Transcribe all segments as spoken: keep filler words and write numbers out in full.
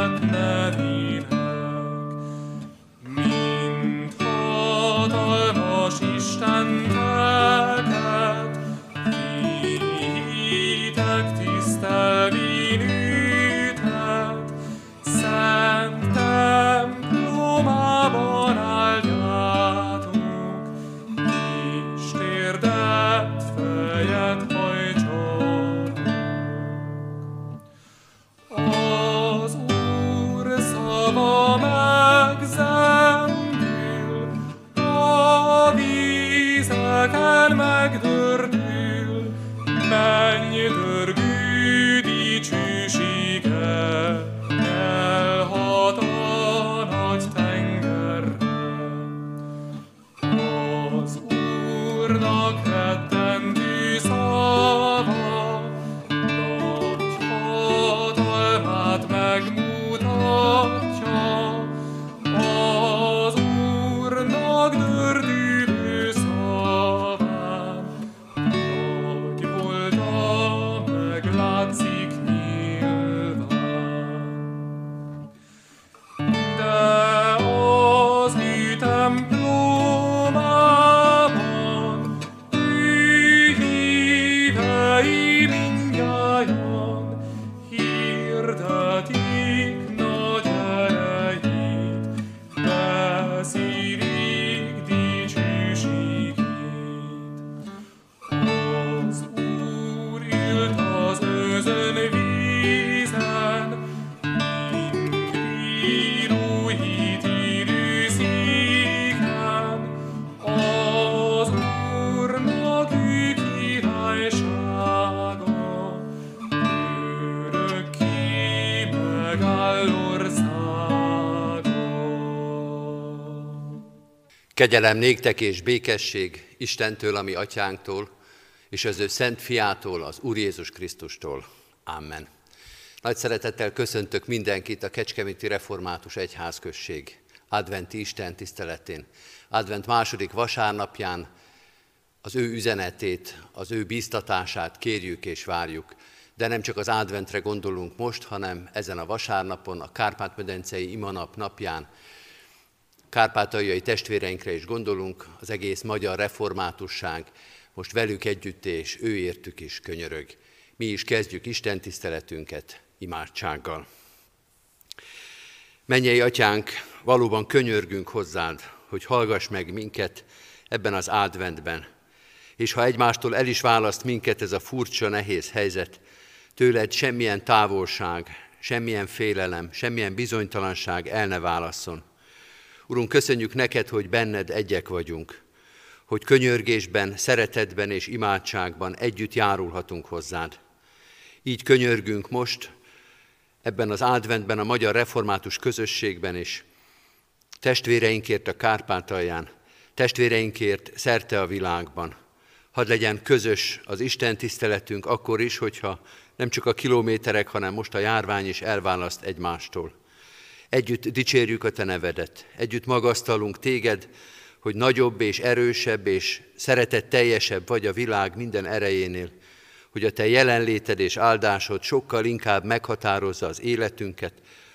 Kegyelem néktek és békesség Istentől, a mi atyánktól, és az ő szent fiától, az Úr Jézus Krisztustól. Amen. Nagy szeretettel köszöntök mindenkit a Kecskeméti Református Egyházközség adventi Isten tiszteletén. Advent második vasárnapján az ő üzenetét, az ő bíztatását kérjük és várjuk. De nem csak az adventre gondolunk most, hanem ezen a vasárnapon, a Kárpát-medencei imanap napján, kárpátaljai testvéreinkre is gondolunk, az egész magyar reformátusság most velük együtt és ő értük is könyörög. Mi is kezdjük Isten tiszteletünket imádsággal. Mennyei Atyánk, valóban könyörgünk hozzád, hogy hallgass meg minket ebben az adventben, és ha egymástól el is választ minket ez a furcsa, nehéz helyzet, tőled semmilyen távolság, semmilyen félelem, semmilyen bizonytalanság el ne válasszon. Urunk, köszönjük neked, hogy benned egyek vagyunk, hogy könyörgésben, szeretetben és imádságban együtt járulhatunk hozzád. Így könyörgünk most, ebben az adventben, a magyar református közösségben is, testvéreinkért a Kárpátalján, testvéreinkért szerte a világban. Hadd legyen közös az Isten tiszteletünk akkor is, hogyha nem csak a kilométerek, hanem most a járvány is elválaszt egymástól. Együtt dicsérjük a te nevedet, együtt magasztalunk téged, hogy nagyobb és erősebb és szeretetteljesebb vagy a világ minden erejénél, hogy a te jelenléted és áldásod sokkal inkább meghatározza az életünket,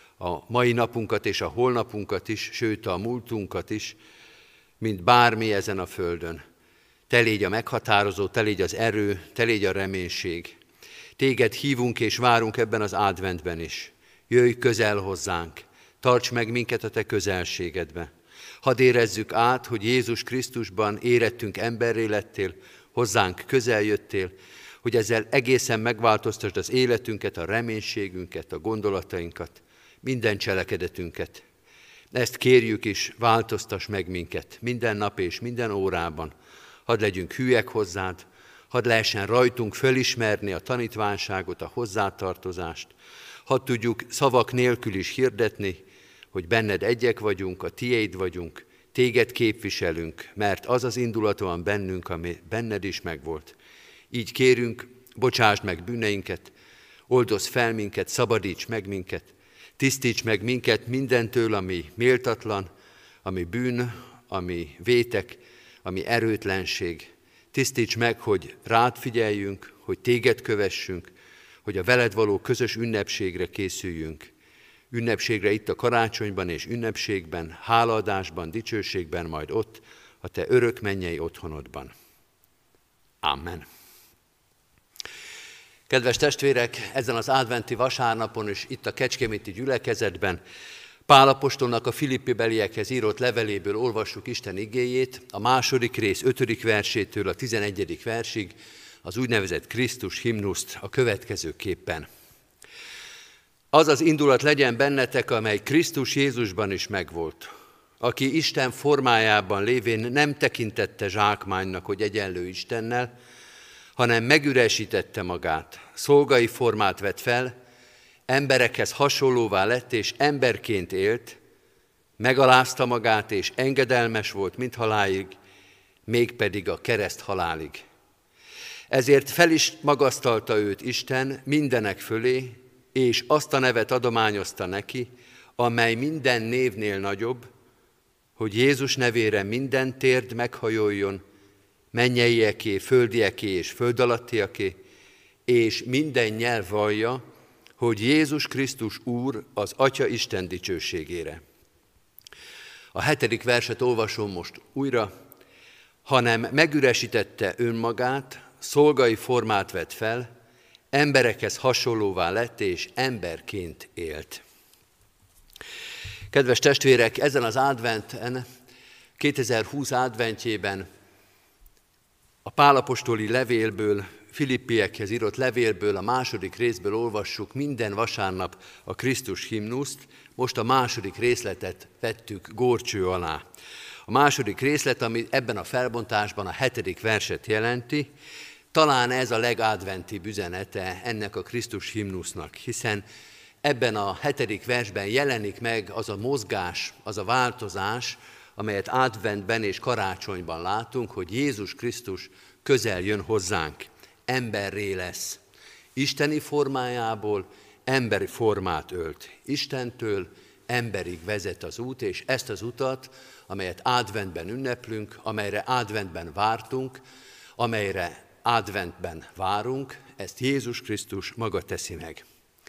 a mai napunkat és a holnapunkat is, sőt a múltunkat is, mint bármi ezen a földön. Te légy a meghatározó, te légy az erő, te légy a reménység. Téged hívunk és várunk ebben az adventben is. Jöjj közel hozzánk, tarts meg minket a te közelségedbe. Hadd érezzük át, hogy Jézus Krisztusban érettünk emberré lettél, hozzánk közel jöttél, hogy ezzel egészen megváltoztasd az életünket, a reménységünket, a gondolatainkat, minden cselekedetünket. Ezt kérjük is, változtass meg minket minden nap és minden órában. Hadd legyünk hűek hozzád, hadd lehessen rajtunk fölismerni a tanítványságot, a hozzátartozást, hadd tudjuk szavak nélkül is hirdetni, hogy benned egyek vagyunk, a tiéd vagyunk, téged képviselünk, mert az az indulat van bennünk, ami benned is megvolt. Így kérünk, bocsásd meg bűneinket, oldozz fel minket, szabadíts meg minket, tisztíts meg minket mindentől, ami méltatlan, ami bűn, ami vétek, ami erőtlenség. Tisztíts meg, hogy rád figyeljünk, hogy téged kövessünk, hogy a veled való közös ünnepségre készüljünk. Ünnepségre itt a karácsonyban és ünnepségben, hálaadásban, dicsőségben, majd ott, a te örök mennyei otthonodban. Amen. Kedves testvérek, ezen az adventi vasárnapon és itt a kecskeméti gyülekezetben Pál apostolnak a Filippi-beliekhez írott leveléből olvassuk Isten igéjét, a második rész ötödik versétől a tizenegyedik versig, az úgynevezett Krisztus himnuszt a következőképpen. Az az indulat legyen bennetek, amely Krisztus Jézusban is megvolt, aki Isten formájában lévén nem tekintette zsákmánynak, hogy egyenlő Istennel, hanem megüresítette magát, szolgai formát vett fel, emberekhez hasonlóvá lett, és emberként élt, megalázta magát, és engedelmes volt mindhalálig, mégpedig a kereszt halálig. Ezért fel is magasztalta őt Isten mindenek fölé, és azt a nevet adományozta neki, amely minden névnél nagyobb, hogy Jézus nevére minden térd meghajoljon, mennyieké, földieké és föld alattiaké, és minden nyelv vallja, hogy Jézus Krisztus Úr az Atya Isten dicsőségére. A hetedik verset olvasom most újra, hanem megüresítette önmagát, szolgai formát vett fel, emberekhez hasonlóvá lett, és emberként élt. Kedves testvérek, ezen az adventen, kétezer-húsz adventjében a Pál apostoli levélből, Filippiekhez írott levélből, a második részből olvassuk minden vasárnap a Krisztus himnuszt, most a második részletet vettük górcső alá. A második részlet, ami ebben a felbontásban a hetedik verset jelenti, talán ez a legadventibb üzenete ennek a Krisztus himnusznak, hiszen ebben a hetedik versben jelenik meg az a mozgás, az a változás, amelyet adventben és karácsonyban látunk, hogy Jézus Krisztus közel jön hozzánk, emberré lesz. Isteni formájából emberi formát ölt. Istentől emberig vezet az út, és ezt az utat, amelyet adventben ünneplünk, amelyre adventben vártunk, amelyre adventben várunk, ezt Jézus Krisztus maga teszi meg.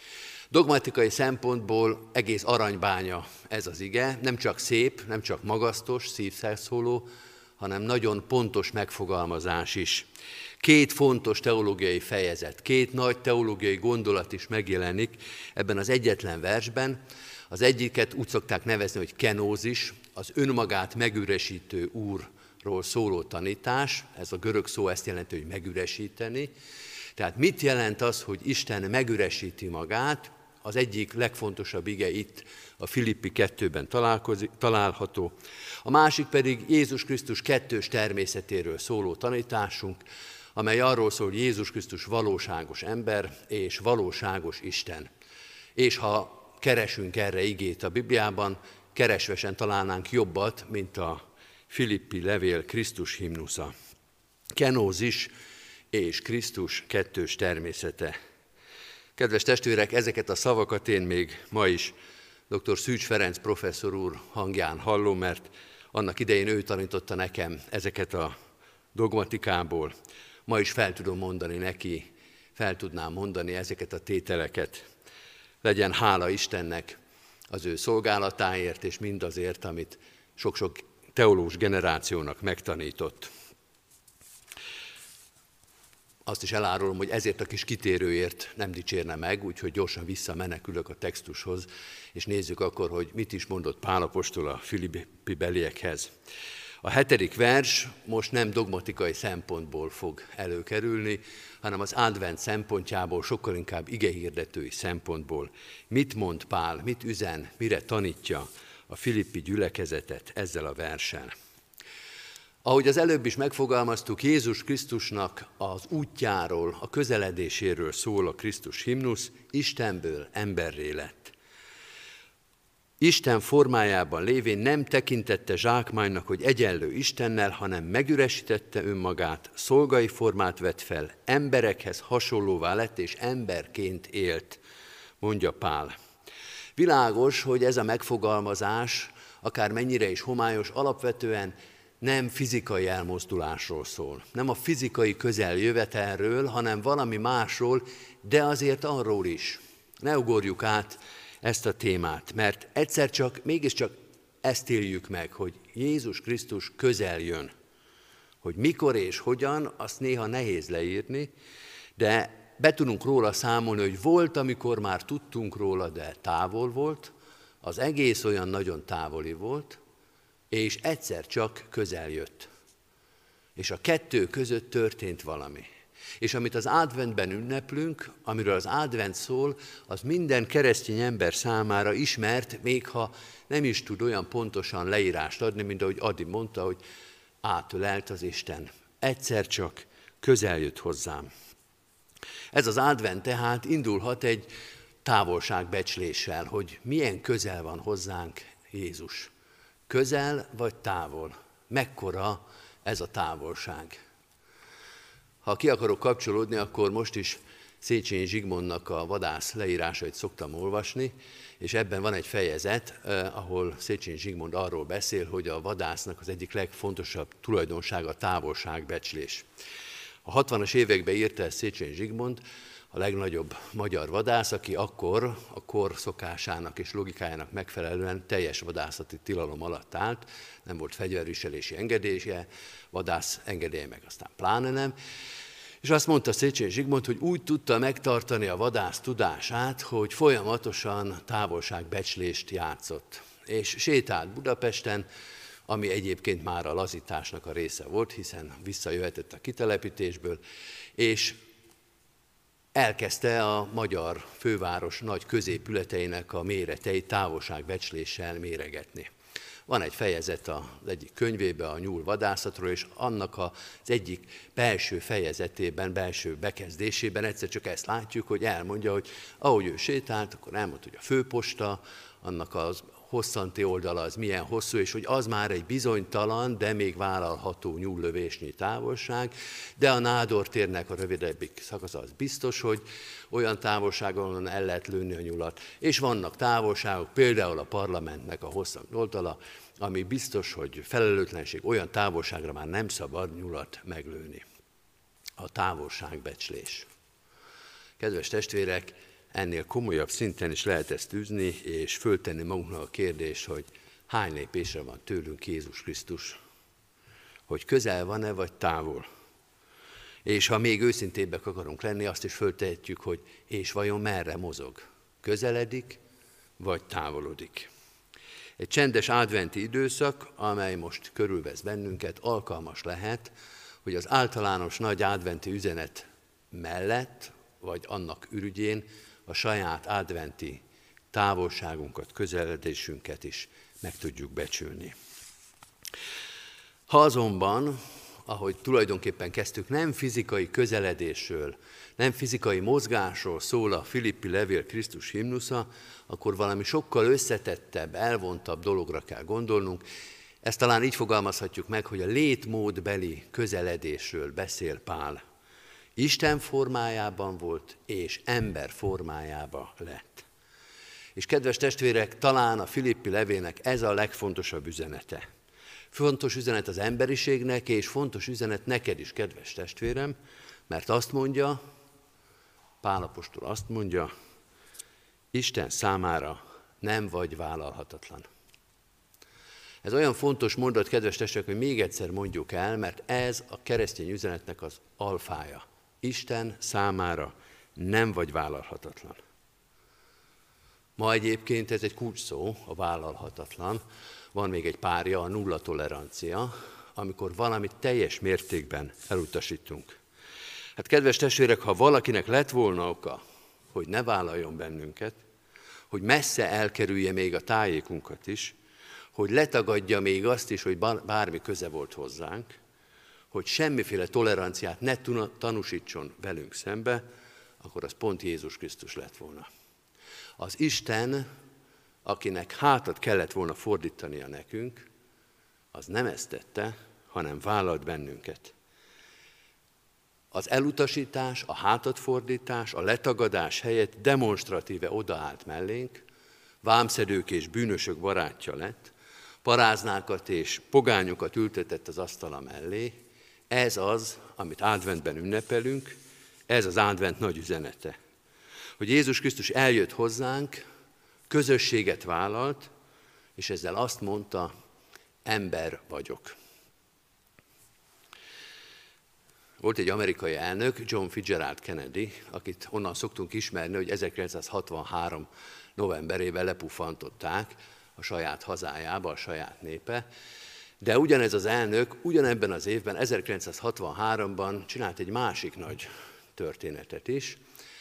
Dogmatikai szempontból egész aranybánya ez az ige, nem csak szép, nem csak magasztos, szívszerszóló, hanem nagyon pontos megfogalmazás is. Két fontos teológiai fejezet, két nagy teológiai gondolat is megjelenik ebben az egyetlen versben. Az egyiket úgy szokták nevezni, hogy kenózis, az önmagát megüresítő Úrról szóló tanítás, ez a görög szó ezt jelenti, hogy megüresíteni. Tehát mit jelent az, hogy Isten megüresíti magát? Az egyik legfontosabb ige itt a Filippi kettőben található. A másik pedig Jézus Krisztus kettős természetéről szóló tanításunk, amely arról szól, hogy Jézus Krisztus valóságos ember és valóságos Isten. És ha keresünk erre igét a Bibliában, keresvesen találnánk jobbat, mint a Filippi levél Krisztus himnusza. Kenózis és Krisztus kettős természete. Kedves testvérek, ezeket a szavakat én még ma is dr. Szűcs Ferenc professzor úr hangján hallom, mert annak idején ő tanította nekem ezeket a dogmatikából. Ma is fel tudom mondani neki, fel tudnám mondani ezeket a tételeket. Legyen hála Istennek az ő szolgálatáért, és mindazért, amit sok-sok teológus generációnak megtanított. Azt is elárulom, hogy ezért a kis kitérőért nem dicsérne meg, úgyhogy gyorsan visszamenekülök a textushoz, és nézzük akkor, hogy mit is mondott Pál apostol a Filippi beliekhez. A hetedik vers most nem dogmatikai szempontból fog előkerülni, hanem az advent szempontjából, sokkal inkább igehirdetői szempontból. Mit mond Pál, mit üzen, mire tanítja a filippi gyülekezetet ezzel a versen? Ahogy az előbb is megfogalmaztuk, Jézus Krisztusnak az útjáról, a közeledéséről szól a Krisztus himnusz, Istenből emberré lett. Isten formájában lévén nem tekintette zsákmánynak, hogy egyenlő Istennel, hanem megüresítette önmagát, szolgai formát vett fel, emberekhez hasonlóvá lett, és emberként élt, mondja Pál. Világos, hogy ez a megfogalmazás, akár mennyire is homályos, alapvetően nem fizikai elmozdulásról szól, nem a fizikai közeljövetelről, hanem valami másról, de azért arról is. Ne ugorjuk át ezt a témát, mert egyszer csak, mégiscsak ezt éljük meg, hogy Jézus Krisztus közel jön. Hogy mikor és hogyan, azt néha nehéz leírni, de be tudunk róla számolni, hogy volt, amikor már tudtunk róla, de távol volt, az egész olyan nagyon távoli volt, és egyszer csak közel jött. És a kettő között történt valami. És amit az adventben ünneplünk, amiről az advent szól, az minden keresztény ember számára ismert, még ha nem is tud olyan pontosan leírást adni, mint ahogy Adi mondta, hogy átölelt az Isten. Egyszer csak közel jött hozzám. Ez az advent tehát indulhat egy távolságbecsléssel, hogy milyen közel van hozzánk Jézus. Közel vagy távol? Mekkora ez a távolság? Ha ki akarok kapcsolódni, akkor most is Széchenyi Zsigmondnak a vadász leírásait szoktam olvasni, és ebben van egy fejezet, ahol Széchenyi Zsigmond arról beszél, hogy a vadásznak az egyik legfontosabb tulajdonsága a távolságbecslés. A hatvanas években írta ezt Széchenyi Zsigmond, a legnagyobb magyar vadász, aki akkor a kor szokásának és logikájának megfelelően teljes vadászati tilalom alatt állt, nem volt fegyverviselési engedélye, vadász engedélye meg aztán pláne nem. És azt mondta Széchenyi Zsigmond, hogy úgy tudta megtartani a vadász tudását, hogy folyamatosan távolságbecslést játszott. És sétált Budapesten, ami egyébként már a lazításnak a része volt, hiszen visszajöhetett a kitelepítésből, és elkezdte a magyar főváros nagy középületeinek a méreteit távolságbecsléssel méregetni. Van egy fejezet az egyik könyvében a nyúl vadászatról, és annak az egyik belső fejezetében, belső bekezdésében egyszer csak ezt látjuk, hogy elmondja, hogy ahogy ő sétált, akkor elmondta, hogy a főposta, annak az hosszanti oldala az milyen hosszú, és hogy az már egy bizonytalan, de még vállalható nyúllövésnyi távolság, de a Nádor térnek a rövidebbik szakasza az biztos, hogy olyan távolságon el lehet lőni a nyulat. És vannak távolságok, például a parlamentnek a hosszanti oldala, ami biztos, hogy felelőtlenség, olyan távolságra már nem szabad nyulat meglőni. A távolságbecslés. Kedves testvérek, ennél komolyabb szinten is lehet ezt űzni, és föltenni magunknak a kérdést, hogy hány lépésre van tőlünk Jézus Krisztus, hogy közel van-e, vagy távol. És ha még őszintébbek akarunk lenni, azt is föltehetjük, hogy és vajon merre mozog? Közeledik, vagy távolodik? Egy csendes adventi időszak, amely most körülvesz bennünket, alkalmas lehet, hogy az általános nagy adventi üzenet mellett, vagy annak ürügyén a saját adventi távolságunkat, közeledésünket is meg tudjuk becsülni. Ha azonban, ahogy tulajdonképpen kezdtük, nem fizikai közeledésről, nem fizikai mozgásról szól a Filippi levél Krisztus himnusza, akkor valami sokkal összetettebb, elvontabb dologra kell gondolnunk. Ezt talán így fogalmazhatjuk meg, hogy a létmódbeli közeledésről beszél Pál. Isten formájában volt, és ember formájába lett. És kedves testvérek, talán a Filippi levélnek ez a legfontosabb üzenete. Fontos üzenet az emberiségnek, és fontos üzenet neked is, kedves testvérem, mert azt mondja, Pál apostol azt mondja, Isten számára nem vagy vállalhatatlan. Ez olyan fontos mondat, kedves testvérek, hogy még egyszer mondjuk el, mert ez a keresztény üzenetnek az alfája. Isten számára nem vagy vállalhatatlan. Ma egyébként ez egy kulcsszó, a vállalhatatlan. Van még egy párja, a nulla tolerancia, amikor valamit teljes mértékben elutasítunk. Hát kedves testvérek, ha valakinek lett volna oka, hogy ne vállaljon bennünket, hogy messze elkerülje még a tájékunkat is, hogy letagadja még azt is, hogy bármi köze volt hozzánk, hogy semmiféle toleranciát ne tanúsítson velünk szembe, akkor az pont Jézus Krisztus lett volna. Az Isten, akinek hátat kellett volna fordítania nekünk, az nem ezt tette, hanem vállalt bennünket. Az elutasítás, a hátatfordítás, a letagadás helyett demonstratíve odaállt mellénk, vámszedők és bűnösök barátja lett, paráznákat és pogányokat ültetett az asztala mellé. Ez az, amit adventben ünnepelünk, ez az advent nagy üzenete. Hogy Jézus Krisztus eljött hozzánk, közösséget vállalt, és ezzel azt mondta, ember vagyok. Volt egy amerikai elnök, John Fitzgerald Kennedy, akit onnan szoktunk ismerni, hogy ezerkilencszázhatvanhárom novemberében lepuffantották a saját hazájába, a saját népe. De ugyanez az elnök ugyanebben az évben, ezerkilencszázhatvanháromban csinált egy másik nagy történetet is.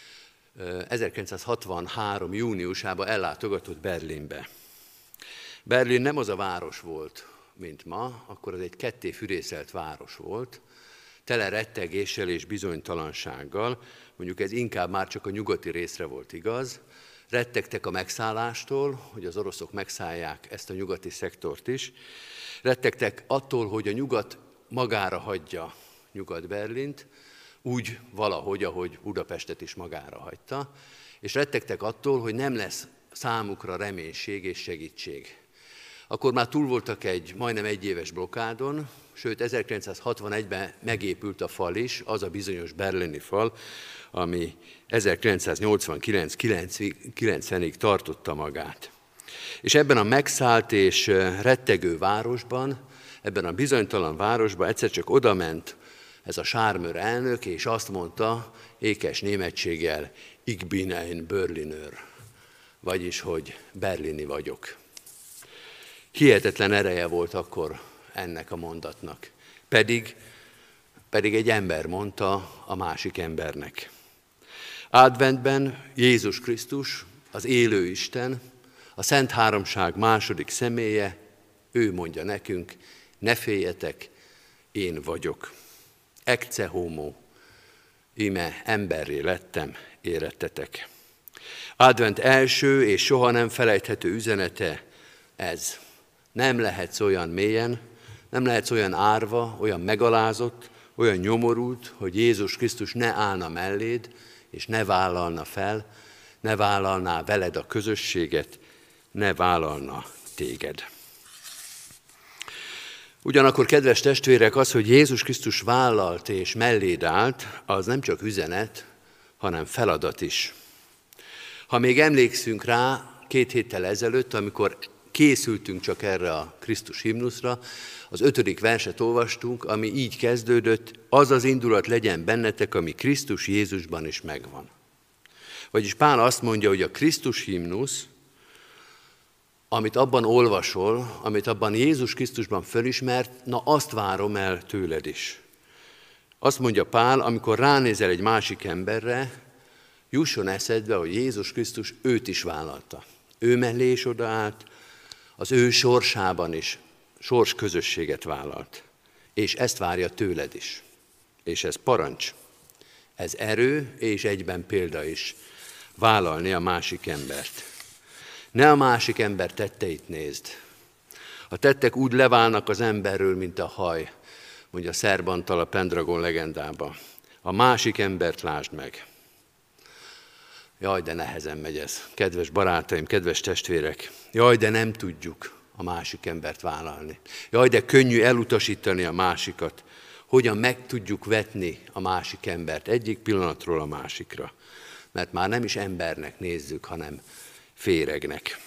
ezerkilencszázhatvanhárom júniusában ellátogatott Berlinbe. Berlin nem az a város volt, mint ma, akkor az egy ketté fűrészelt város volt, tele rettegéssel és bizonytalansággal, mondjuk ez inkább már csak a nyugati részre volt igaz. Rettegtek a megszállástól, hogy az oroszok megszállják ezt a nyugati szektort is. Rettegtek attól, hogy a nyugat magára hagyja Nyugat-Berlint, úgy valahogy, ahogy Budapestet is magára hagyta, és rettegtek attól, hogy nem lesz számukra reménység és segítség. Akkor már túl voltak egy majdnem egyéves blokádon, sőt ezerkilencszázhatvanegyben megépült a fal is, az a bizonyos berlini fal, ami ezerkilencszáznyolcvankilenc kilencvenig tartotta magát. És ebben a megszállt és rettegő városban, ebben a bizonytalan városban egyszer csak odament ez a sármőr elnök, és azt mondta ékes németséggel, Ich bin ein Berliner, vagyis, hogy berlini vagyok. Hihetetlen ereje volt akkor ennek a mondatnak. Pedig, pedig egy ember mondta a másik embernek. Adventben Jézus Krisztus, az élő Isten, a Szent Háromság második személye, ő mondja nekünk, ne féljetek, én vagyok. Ecce homo, íme emberré lettem, érettetek. Advent első és soha nem felejthető üzenete ez. Nem lehetsz olyan mélyen, nem lehetsz olyan árva, olyan megalázott, olyan nyomorult, hogy Jézus Krisztus ne állna melléd, és ne vállalna fel, ne vállalná veled a közösséget, ne vállalna téged. Ugyanakkor, kedves testvérek, az, hogy Jézus Krisztus vállalt és melléd állt, az nem csak üzenet, hanem feladat is. Ha még emlékszünk rá, két héttel ezelőtt, amikor készültünk csak erre a Krisztus himnuszra, az ötödik verset olvastunk, ami így kezdődött, az az indulat legyen bennetek, ami Krisztus Jézusban is megvan. Vagyis Pál azt mondja, hogy a Krisztus himnusz, amit abban olvasol, amit abban Jézus Krisztusban fölismert, na azt várom el tőled is. Azt mondja Pál, amikor ránézel egy másik emberre, jusson eszedbe, hogy Jézus Krisztus őt is vállalta. Ő mellé is odaállt, az ő sorsában is sors közösséget vállalt. És ezt várja tőled is. És ez parancs. Ez erő, és egyben példa is. Vállalni a másik embert. Ne a másik ember tetteit nézd. A tettek úgy leválnak az emberről, mint a haj, mondja Szerbantal a Pendragon legendába. A másik embert lásd meg. Jaj, de nehezen megy ez. Kedves barátaim, kedves testvérek. Jaj, de nem tudjuk a másik embert vállalni. Jaj, de könnyű elutasítani a másikat. Hogyan meg tudjuk vetni a másik embert egyik pillanatról a másikra. Mert már nem is embernek nézzük, hanem féregnek.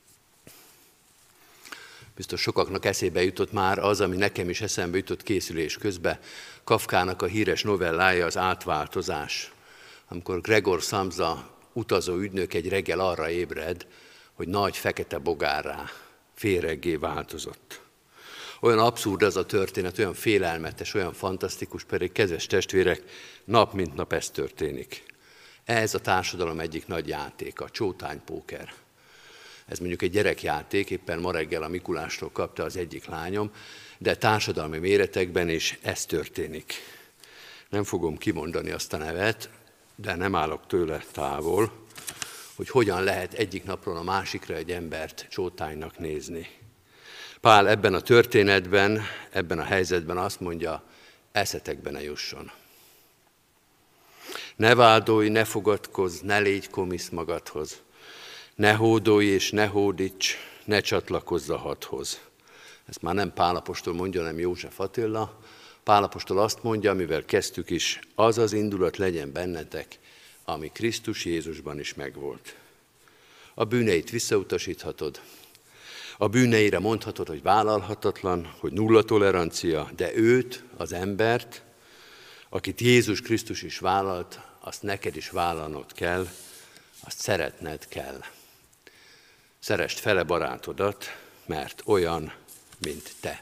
Biztos sokaknak eszébe jutott már az, ami nekem is eszembe jutott készülés közben, Kafkának a híres novellája, az Átváltozás, amikor Gregor Samsa utazó ügynök egy reggel arra ébred, hogy nagy fekete bogárrá, féreggé változott. Olyan abszurd ez a történet, olyan félelmetes, olyan fantasztikus, pedig kedves testvérek, nap mint nap ez történik. Ez a társadalom egyik nagy játéka, a csótánypóker. Ez mondjuk egy gyerekjáték, éppen ma reggel a Mikulástól kapta az egyik lányom, de társadalmi méretekben is ez történik. Nem fogom kimondani azt a nevet, de nem állok tőle távol, hogy hogyan lehet egyik napról a másikra egy embert csótánynak nézni. Pál ebben a történetben, ebben a helyzetben azt mondja, eszetekbe ne jusson. Ne vádolj, ne fogadkozz, ne légy komisz magadhoz. Ne hódolj és ne hódíts, ne csatlakozz a hadhoz. Ezt már nem Pál apostol mondja, hanem József Attila. Pál apostol azt mondja, amivel kezdtük is, az az indulat legyen bennetek, ami Krisztus Jézusban is megvolt. A bűneit visszautasíthatod. A bűneire mondhatod, hogy vállalhatatlan, hogy nulla tolerancia, de őt, az embert, akit Jézus Krisztus is vállalt, azt neked is vállalnod kell, azt szeretned kell. Szeresd fele barátodat, mert olyan, mint te.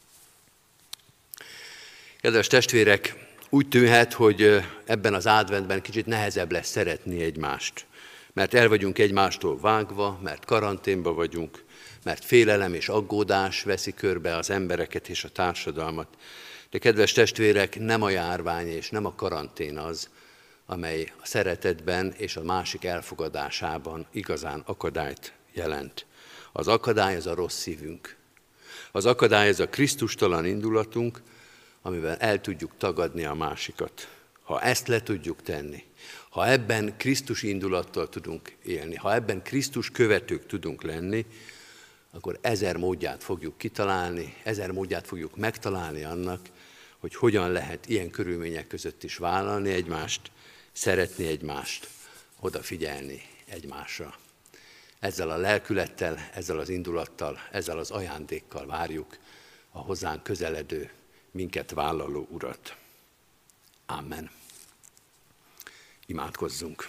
Kedves testvérek, úgy tűnhet, hogy ebben az adventben kicsit nehezebb lesz szeretni egymást, mert el vagyunk egymástól vágva, mert karanténban vagyunk, mert félelem és aggódás veszi körbe az embereket és a társadalmat. De kedves testvérek, nem a járvány és nem a karantén az, amely a szeretetben és a másik elfogadásában igazán akadályt jelent. Az akadály az a rossz szívünk. Az akadály az a krisztustalan indulatunk, amivel el tudjuk tagadni a másikat. Ha ezt le tudjuk tenni, ha ebben Krisztus indulattal tudunk élni, ha ebben Krisztus követők tudunk lenni, akkor ezer módját fogjuk kitalálni, ezer módját fogjuk megtalálni annak, hogy hogyan lehet ilyen körülmények között is vállalni egymást, szeretni egymást, odafigyelni egymásra. Ezzel a lelkülettel, ezzel az indulattal, ezzel az ajándékkal várjuk a hozzánk közeledő, minket vállaló Urat. Amen. Imádkozzunk.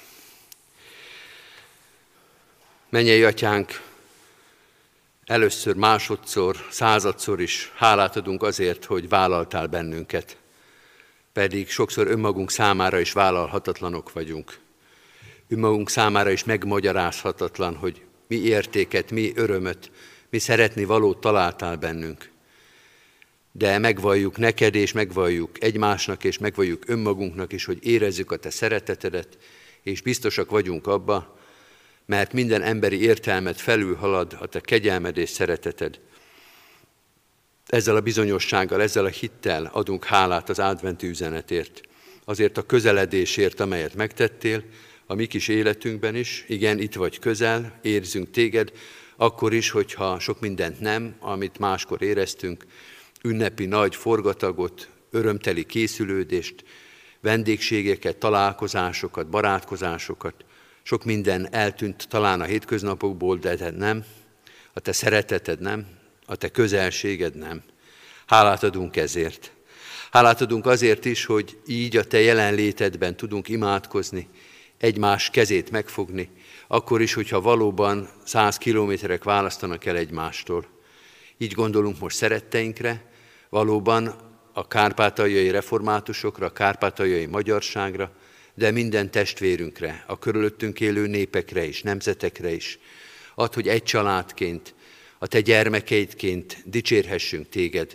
Mennyei Atyánk, először, másodszor, századszor is hálát adunk azért, hogy vállaltál bennünket, pedig sokszor önmagunk számára is vállalhatatlanok vagyunk. Önmagunk számára is megmagyarázhatatlan, hogy mi értéket, mi örömöt, mi szeretni valót találtál bennünk. De megvalljuk neked, és megvalljuk egymásnak, és megvalljuk önmagunknak is, hogy érezzük a te szeretetedet, és biztosak vagyunk abba, mert minden emberi értelmet felülhalad a te kegyelmed és szereteted. Ezzel a bizonyossággal, ezzel a hittel adunk hálát az adventi üzenetért, azért a közeledésért, amelyet megtettél, a mi kis életünkben is. Igen, itt vagy közel, érzünk téged, akkor is, hogyha sok mindent nem, amit máskor éreztünk, ünnepi nagy forgatagot, örömteli készülődést, vendégségeket, találkozásokat, barátkozásokat, sok minden eltűnt talán a hétköznapokból, de te nem, a te szereteted nem, a te közelséged nem. Hálát adunk ezért. Hálát adunk azért is, hogy így a te jelenlétedben tudunk imádkozni, egymás kezét megfogni, akkor is, hogyha valóban száz kilométerek választanak el egymástól. Így gondolunk most szeretteinkre, valóban a kárpátaljai reformátusokra, a kárpátaljai magyarságra, de minden testvérünkre, a körülöttünk élő népekre is, nemzetekre is. Add, hogy egy családként, a te gyermekeidként dicsérhessünk téged.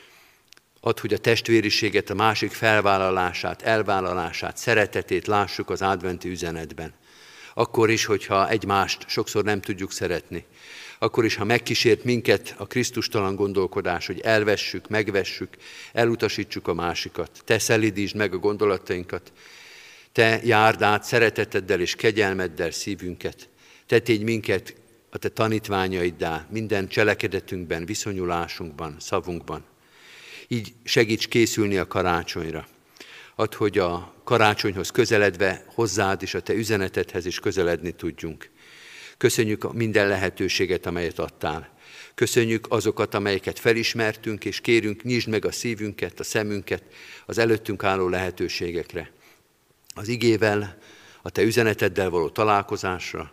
Add, hogy a testvériséget, a másik felvállalását, elvállalását, szeretetét lássuk az adventi üzenetben. Akkor is, hogyha egymást sokszor nem tudjuk szeretni. Akkor is, ha megkísért minket a krisztustalan gondolkodás, hogy elvessük, megvessük, elutasítsuk a másikat. Te szelídítsd meg a gondolatainkat. Te járd át szereteteddel és kegyelmeddel szívünket. Te tégy minket a te tanítványaiddá, minden cselekedetünkben, viszonyulásunkban, szavunkban. Így segíts készülni a karácsonyra. Add, hogy a karácsonyhoz közeledve hozzád és a te üzenetedhez is közeledni tudjunk. Köszönjük minden lehetőséget, amelyet adtál. Köszönjük azokat, amelyeket felismertünk, és kérünk, nyisd meg a szívünket, a szemünket az előttünk álló lehetőségekre. Az igével, a te üzeneteddel való találkozásra,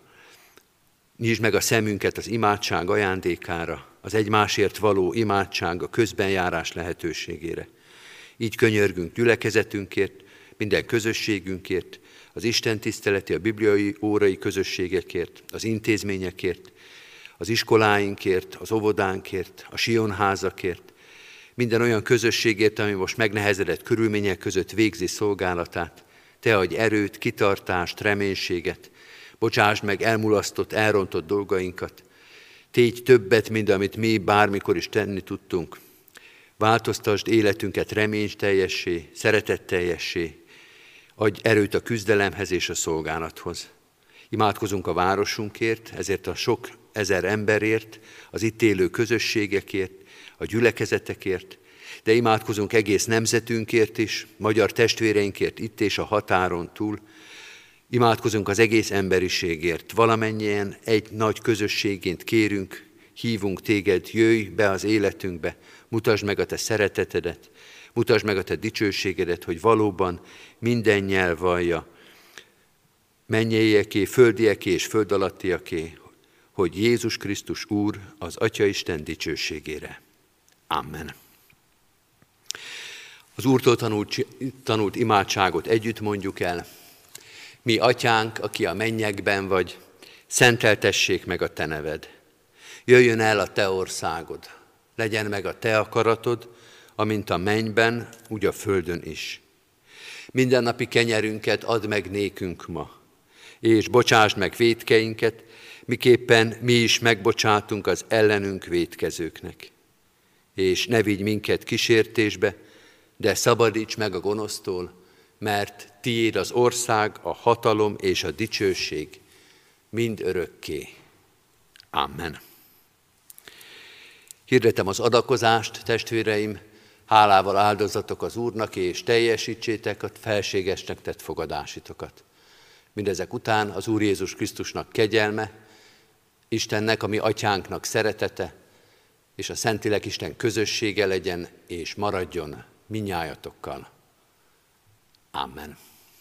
nyisd meg a szemünket az imádság ajándékára, az egymásért való imádság, a közbenjárás lehetőségére. Így könyörgünk gyülekezetünkért, minden közösségünkért, az istentiszteleti, a bibliai órai közösségekért, az intézményekért, az iskoláinkért, az óvodánkért, a sionházakért, minden olyan közösségért, ami most megnehezedett körülmények között végzi szolgálatát. Te adj erőt, kitartást, reménységet, bocsásd meg elmulasztott, elrontott dolgainkat, tégy többet, mint amit mi bármikor is tenni tudtunk. Változtasd életünket reményteljessé, szeretetteljessé, adj erőt a küzdelemhez és a szolgálathoz. Imádkozunk a városunkért, ezért a sok ezer emberért, az itt élő közösségekért, a gyülekezetekért, de imádkozunk egész nemzetünkért is, magyar testvéreinkért itt és a határon túl. Imádkozunk az egész emberiségért, valamennyien egy nagy közösségként kérünk, hívunk téged, jöjj be az életünkbe, mutasd meg a te szeretetedet, mutasd meg a te dicsőségedet, hogy valóban minden nyelv vallja, mennyieké, földieké és föld alattiaké, hogy Jézus Krisztus Úr az Atyaisten dicsőségére. Amen. Az Úrtól tanult, tanult imádságot együtt mondjuk el. Mi atyánk, aki a mennyekben vagy, szenteltessék meg a te neved. Jöjjön el a te országod, legyen meg a te akaratod, amint a mennyben, úgy a földön is. Mindennapi kenyerünket add meg nékünk ma, és bocsásd meg vétkeinket, miképpen mi is megbocsátunk az ellenünk vétkezőknek. És ne vigy minket kísértésbe, de szabadíts meg a gonosztól, mert tiéd az ország, a hatalom és a dicsőség mind örökké. Amen. Hirdetem az adakozást, testvéreim, hálával áldozatok az Úrnak, és teljesítsétek a felségesnek tett fogadásitokat. Mindezek után az Úr Jézus Krisztusnak kegyelme, Istennek, a mi atyánknak szeretete, és a Szentlélek Isten közössége legyen, és maradjon mindnyájatokkal. Amen.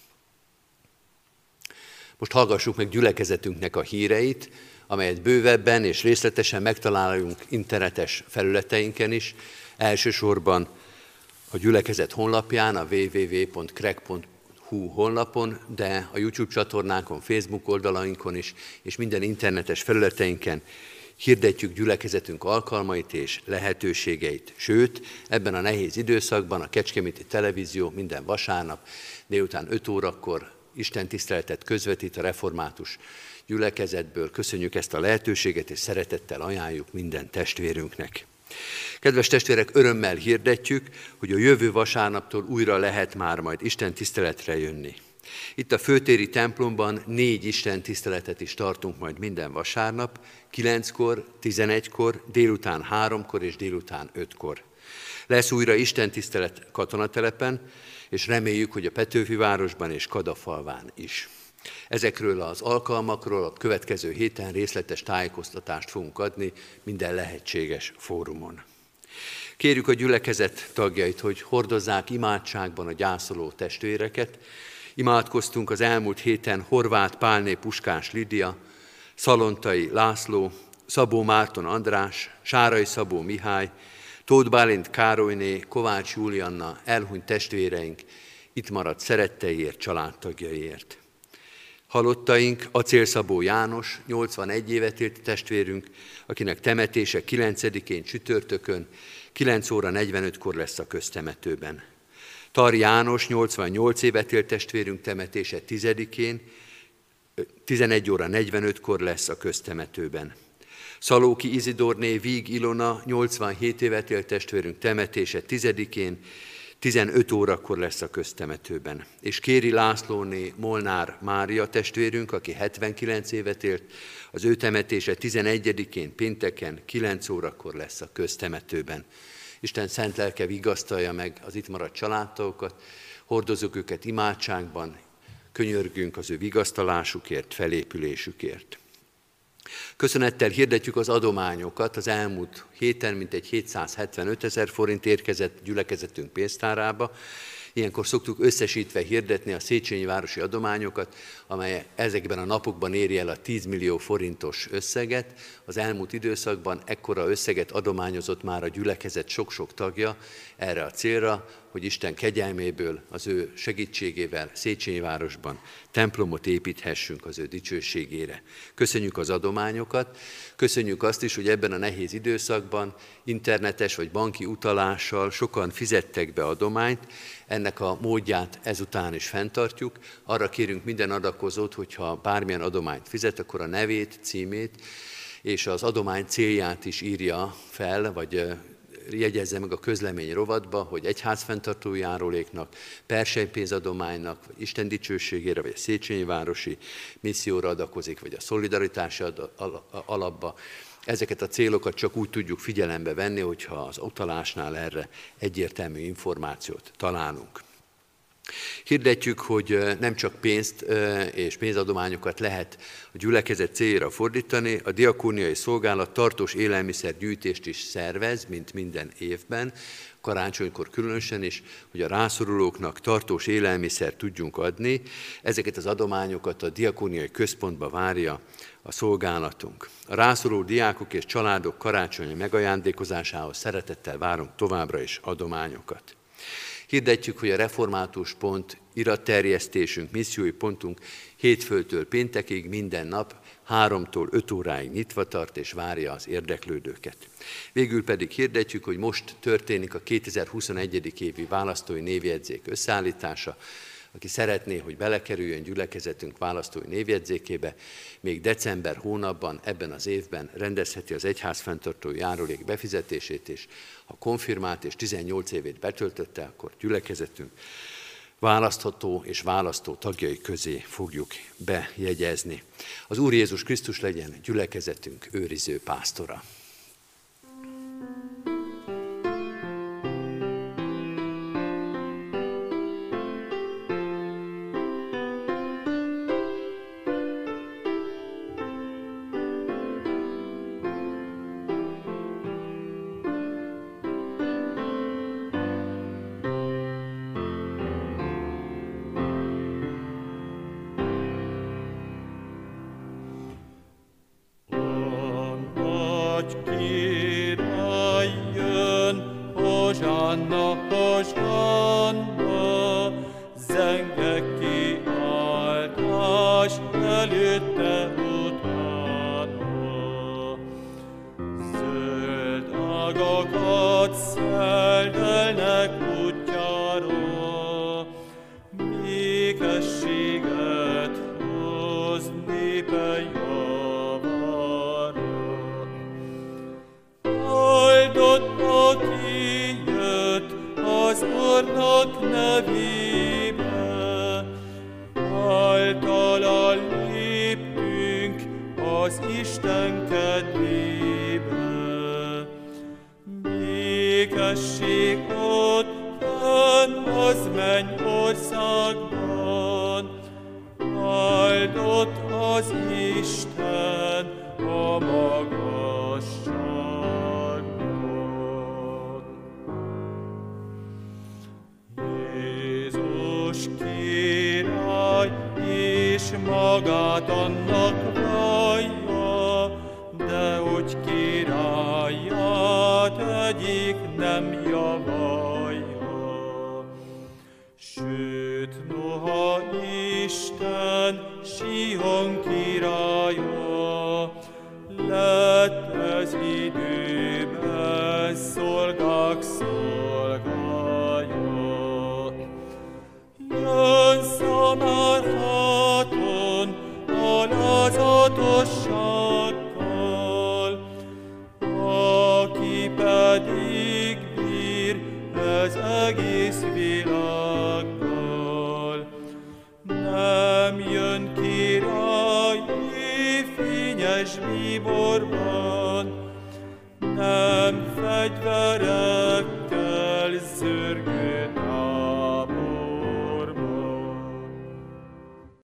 Most hallgassuk meg gyülekezetünknek a híreit, amelyet bővebben és részletesen megtalálunk internetes felületeinken is, elsősorban a gyülekezet honlapján, a double-u double-u double-u pont krek pont hu honlapon, de a YouTube csatornánkon, Facebook oldalainkon is, és minden internetes felületeinken hirdetjük gyülekezetünk alkalmait és lehetőségeit. Sőt, ebben a nehéz időszakban a Kecskeméti Televízió minden vasárnap délután öt órakor istentiszteletet közvetít a református gyülekezetből. Köszönjük ezt a lehetőséget, és szeretettel ajánljuk minden testvérünknek. Kedves testvérek, örömmel hirdetjük, hogy a jövő vasárnaptól újra lehet már majd istentiszteletre jönni. Itt a főtéri templomban négy istentiszteletet is tartunk majd minden vasárnap, kilenckor, tizenegykor, délután háromkor és délután ötkor. Lesz újra istentisztelet Katonatelepen, és reméljük, hogy a Petőfi városban és Kadafalván is. Ezekről az alkalmakról a következő héten részletes tájékoztatást fogunk adni minden lehetséges fórumon. Kérjük a gyülekezet tagjait, hogy hordozzák imádságban a gyászoló testvéreket. Imádkoztunk az elmúlt héten Horváth Pálné Puskás Lidia, Szalontai László, Szabó Márton András, Sárai Szabó Mihály, Tóth Bálint Károlyné, Kovács Júlianna, elhunyt testvéreink, itt maradt szeretteiért, családtagjaiért. Halottaink Acél Szabó János, nyolcvanegy évet élt testvérünk, akinek temetése kilencedikén csütörtökön, kilenc óra negyvenötkor lesz a köztemetőben. Tar János, nyolcvannyolc évet élt testvérünk, temetése tizedikén, tizenegy óra negyvenötkor lesz a köztemetőben. Szalóki Izidorné Víg Ilona, nyolcvanhét évet élt testvérünk, temetése tizedikén, tizenöt órakor lesz a köztemetőben. És Kéri Lászlóné Molnár Mária testvérünk, aki hetvenkilenc évet élt, az ő temetése tizenegyedikén pénteken, kilenc órakor lesz a köztemetőben. Isten szent lelke vigasztalja meg az itt maradt családtagokat, hordozzuk őket imádságban, könyörgünk az ő vigasztalásukért, felépülésükért. Köszönettel hirdetjük az adományokat. Az elmúlt héten mintegy hétszázhetvenöt ezer forint érkezett gyülekezetünk pénztárába. Ilyenkor szoktuk összesítve hirdetni a Széchenyi városi adományokat, amely ezekben a napokban éri el a tíz millió forintos összeget. Az elmúlt időszakban ekkora összeget adományozott már a gyülekezet sok-sok tagja erre a célra, hogy Isten kegyelméből, az ő segítségével Széchenyi városban templomot építhessünk az ő dicsőségére. Köszönjük az adományokat, köszönjük azt is, hogy ebben a nehéz időszakban internetes vagy banki utalással sokan fizettek be adományt. Ennek a módját ezután is fenntartjuk. Arra kérünk minden adakozót, hogyha bármilyen adományt fizet, akkor a nevét, címét és az adomány célját is írja fel, vagy jegyezze meg a közlemény rovatba, hogy egyházfenntartó járuléknak, persejpénzadománynak, vagy Isten dicsőségére, vagy a Széchenyi városi misszióra adakozik, vagy a szolidaritási alapba. Ezeket a célokat csak úgy tudjuk figyelembe venni, hogyha az utalásnál erre egyértelmű információt találunk. Hirdetjük, hogy nem csak pénzt és pénzadományokat lehet a gyülekezet céljára fordítani, a diakóniai szolgálat tartós élelmiszergyűjtést is szervez, mint minden évben, karácsonykor különösen is, hogy a rászorulóknak tartós élelmiszer tudjunk adni. Ezeket az adományokat a diakóniai központba várja a szolgálatunk. A rászoruló diákok és családok karácsonyi megajándékozásához szeretettel várunk továbbra is adományokat. Hirdetjük, hogy a Református Pont iratterjesztésünk, missziói pontunk hétfőtől péntekig minden nap háromtól öt óráig nyitva tart és várja az érdeklődőket. Végül pedig hirdetjük, hogy most történik a kétezer-huszonegyedik évi választói névjegyzék összeállítása. Aki szeretné, hogy belekerüljön gyülekezetünk választói névjegyzékébe, még december hónapban, ebben az évben rendezheti az egyházfenntartói járulék befizetését, és ha konfirmált és tizennyolc évét betöltötte, akkor gyülekezetünk választható és választó tagjai közé fogjuk bejegyezni. Az Úr Jézus Krisztus legyen gyülekezetünk őriző pásztora. Nem fegyveres